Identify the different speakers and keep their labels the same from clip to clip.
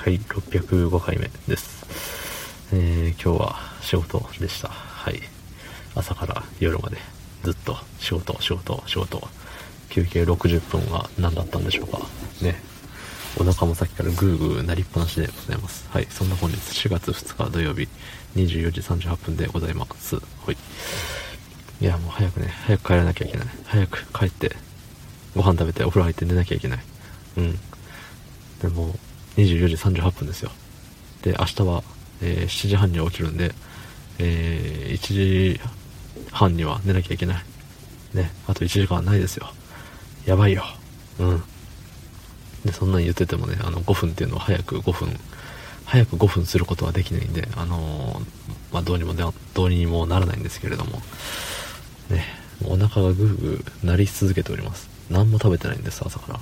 Speaker 1: はい、605回目です。今日は仕事でした。はい。朝から夜までずっと仕事。休憩60分は何だったんでしょうか。ね。お腹もさっきからグーグー鳴りっぱなしでございます。はい。そんな本日4月2日土曜日24時38分でございます。はい。いや、もう早く帰らなきゃいけない。早く帰って、ご飯食べてお風呂入って寝なきゃいけない。でも、24時38分ですよ。で、明日は、7時半に起きるんで、1時半には寝なきゃいけない。ね、あと1時間はないですよ。やばいよ。で、そんなん言っててもね、5分っていうのは早く5分することはできないんで、どうにもならないんですけれども、ね、お腹がグーグー鳴り続けております。何も食べてないんです、朝から。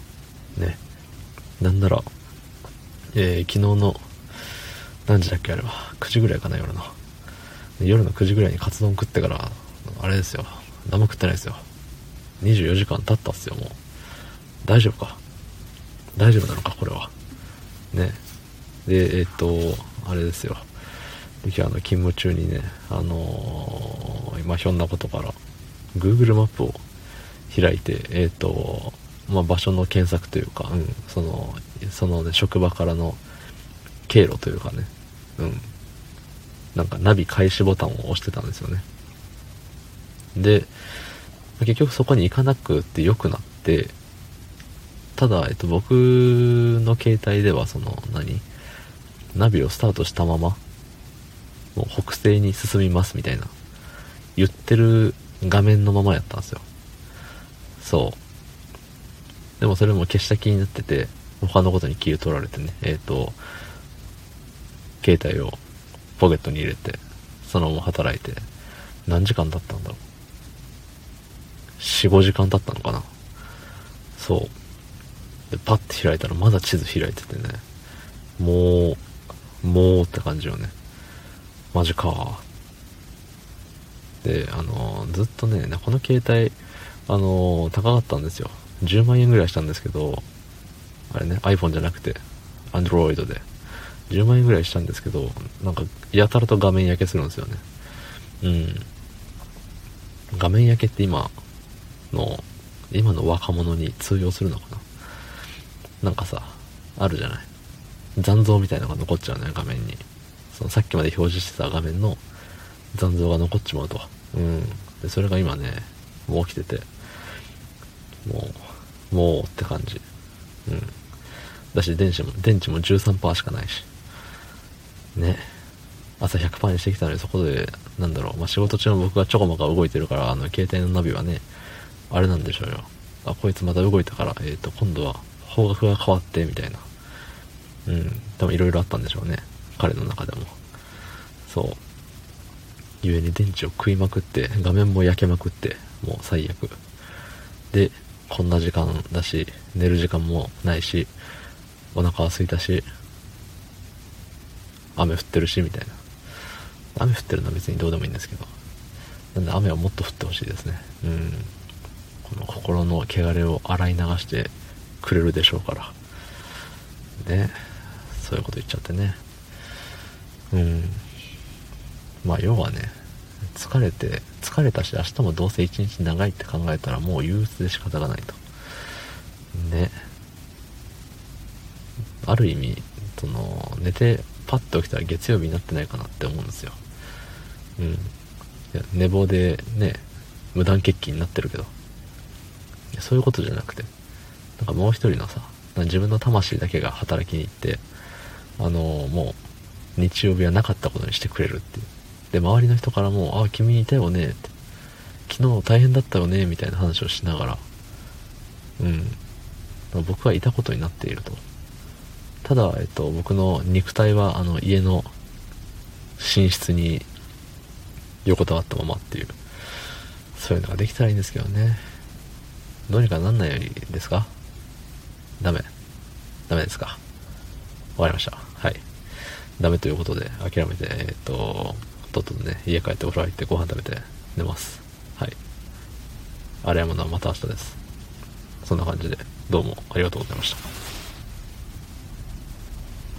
Speaker 1: ね。なんなら、昨日の、何時だっけあれは、9時ぐらいかな、夜の9時ぐらいにカツ丼食ってから、あれですよ、何も食ってないですよ。24時間経ったっすよ、もう。大丈夫なのか、これは。ね。で、あれですよ。今日勤務中にね、今ひょんなことから、Google マップを開いて、場所の検索というか、そのね、職場からの経路というかね、なんかナビ開始ボタンを押してたんですよね。で、結局そこに行かなくてよくなって、ただ、僕の携帯ではナビをスタートしたまま、もう北西に進みますみたいな、言ってる画面のままやったんですよ。そう。でもそれも消した気になってて、他のことに気を取られてね、携帯をポケットに入れて、そのまま働いて、何時間経ったんだろう。4、5時間経ったのかな。そう。で、パッて開いたらまだ地図開いててね、もうって感じよね。マジか。で、ずっとね、この携帯、高かったんですよ。10万円ぐらいしたんですけど、あれね、iPhone じゃなくて、Android で。10万円ぐらいしたんですけど、なんか、やたらと画面焼けするんですよね。画面焼けって今の若者に通用するのかな。なんかさ、あるじゃない。残像みたいなのが残っちゃうね、画面に。さっきまで表示してた画面の残像が残っちまうと。で、それが今ね、もう起きてて、もうって感じ。だし、電池も 13% しかないし。ね。朝 100% にしてきたのに、そこで、仕事中の僕がちょこまか動いてるから、携帯のナビはね、あれなんでしょうよ。こいつまた動いたから、今度は方角が変わって、みたいな。多分いろいろあったんでしょうね。彼の中でも。そう。ゆえに電池を食いまくって、画面も焼けまくって、もう最悪。で、こんな時間だし、寝る時間もないし、お腹は空いたし、雨降ってるし、みたいな。雨降ってるのは別にどうでもいいんですけど。なんで雨はもっと降ってほしいですね。この心の汚れを洗い流してくれるでしょうから。ね。そういうこと言っちゃってね。要はね、疲れたし、明日もどうせ一日長いって考えたらもう憂鬱で仕方がないと。ね。ある意味、寝てパッと起きたら月曜日になってないかなって思うんですよ。いや、寝坊でね、無断欠勤になってるけど、そういうことじゃなくて、なんかもう一人のさ、自分の魂だけが働きに行って、もう、日曜日はなかったことにしてくれるっていう。で、周りの人からも、君いたよねって、昨日大変だったよねみたいな話をしながら、僕はいたことになっていると。ただ、僕の肉体は、家の寝室に横たわったままっていう、そういうのができたらいいんですけどね。どうにかなんないよりですか？ダメですか？わかりました。はい。ダメということで、諦めて、とっととね、家帰ってお風呂入ってご飯食べて寝ます。はい。あれやものはまた明日です。そんな感じで、どうもありがとうございました。